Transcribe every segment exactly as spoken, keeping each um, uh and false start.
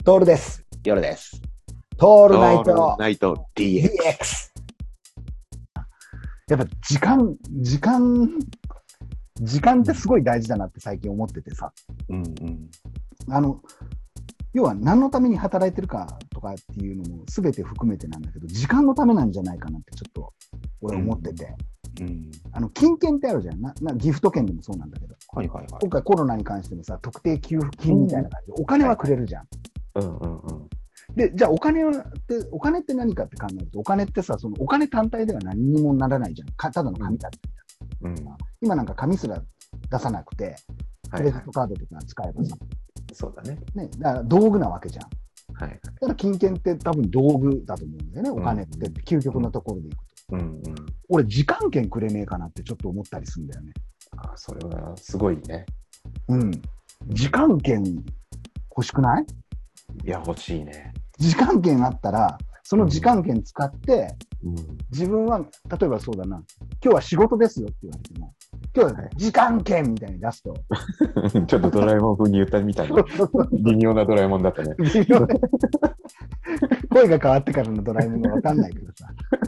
トールです。 夜です。 トールナイオールトナイト ディーエックス。 ディーエックス。やっぱ時間、時間、時間ってすごい大事だなって最近思っててさ。 うんうん。 あの、要は何のために働いてるかとかっていうのも全て含めてなんだけど、時間のためなんじゃないかなってちょっと俺思ってて。 うん。 あの、金券ってあるじゃん。な、なギフト券でもそうなんだけど。 はいはいはい。 今回コロナに関してもさ、特定給付金みたいな感じで、お金はくれるじゃん。 うんうんうん。 で、じゃあお金はって、お金って何かって考えると、お金ってさ、そのお金単体では何にもならないじゃん。かただの紙だって、 うん。 今なんか紙すら出さなくて、クレジットカードとか使えばさ、 そうだね。 ね、だから道具なわけじゃん。 はいはい。 だから金券って多分道具だと思うんだよね、お金ってって究極のところでいくと。 うんうん。 俺、時間券くれねえかなってちょっと思ったりするんだよね。 ああ、それはすごいね。 うん。時間券欲しくない？ いや、欲しいね。 時間券あったら、その時間券使って、 うん。 自分は、例えばそうだな、今日は仕事ですよって言われても、今日は時間券みたいに出すと。 ちょっとドラえもん風に言ったみたいな。微妙なドラえもんだったね。 微妙な声が変わってからのドラえもんがわかんないけどさ。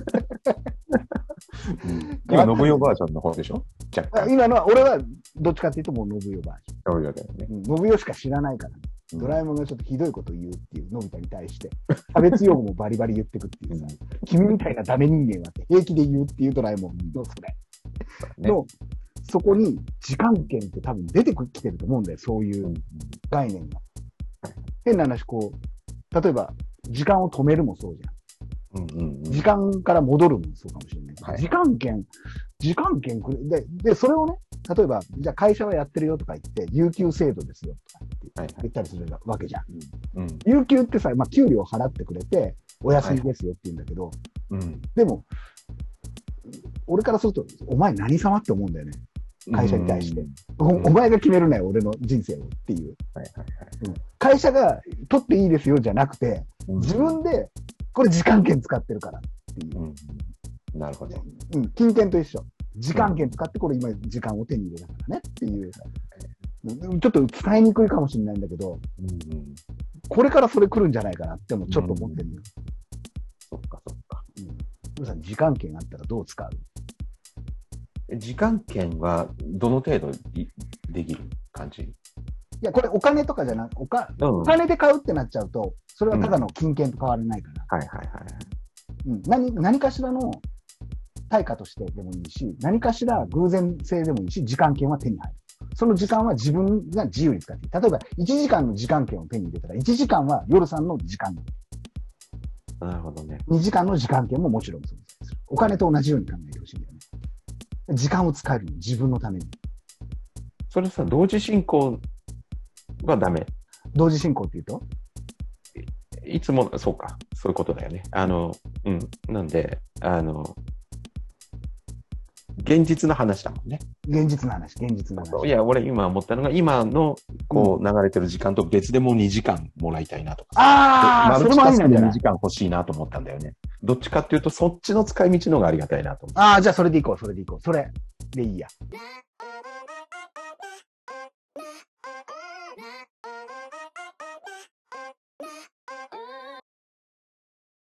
うん、今、信代バージョンの方でしょ？若干。 今のは、俺はどっちかっていうともう信代バージョン。 信代だよね。 うん、信代しか知らないからね。ドラえもんがちょっとひどいことを言うっていう、のび太に対して、差別用語もバリバリ言ってくっていうさ、君みたいなダメ人間はって平気で言うっていうドラえもんのそれ。ね、の、そこに時間券って多分出てきてると思うんだよ、そういう概念が。変な話、こう、例えば、時間を止めるもそうじゃん。うんうんうん、時間から戻るもそうかもしれない。はい、時間券、時間券くれ、で、で、それをね、例えば、じゃあ会社はやってるよとか言って、有給制度ですよとかって言ったりするわけじゃん。うんうん、有給ってさ、まあ、給料を払ってくれて、お休みですよって言うんだけど、はいうん、でも、俺からすると、お前何様って思うんだよね。会社に対して。うん、お, お前が決めるなよ、俺の人生をっていう。はいはいはいうん、会社が取っていいですよじゃなくて、自分で、これ時間券使ってるからっていう。 うん、なるほど。 うん、金券と一緒。時間券使ってこれ今時間を手に入れたからねっていう。うん、ちょっと伝えにくいかもしれないんだけど、うん、これからそれ来るんじゃないかなってもちょっと思ってるよ。 うん、そっかそっか。 うん。さん時間券あったらどう使う？ 時間券はどの程度できる感じ？いや、これお金とかじゃなく、おか、うん、お金で買うってなっちゃうと、それはただの金券と変わらないから。うん、はいはいはい。うん。何、何かしらの対価としてでもいいし、何かしら偶然性でもいいし、時間券は手に入る。その時間は自分が自由に使っていい。例えば、いちじかんの時間券を手に入れたら、いちじかんは夜さんの時間。 なるほどね。 にじかんの時間券ももちろん存在する。お金と同じように考えてほしいんだよね。時間を使えるの、自分のために。 それさ、同時進行はダメ。 同時進行って言うといつも、そうか。そういうことだよね。あの、うん。なんで、あの、現実の話だもんね。 現実の話、現実の話。 いや、俺今思ったのが、今の、こう、流れてる時間と別でもうにじかんもらいたいなとか。 ああ、それもありなんじゃない？ にじかん欲しいなと思ったんだよね。どっちかっていうと、そっちの使い道の方がありがたいなと思って。 ああ、じゃあそれでいこう、それでいこう。それでいいや。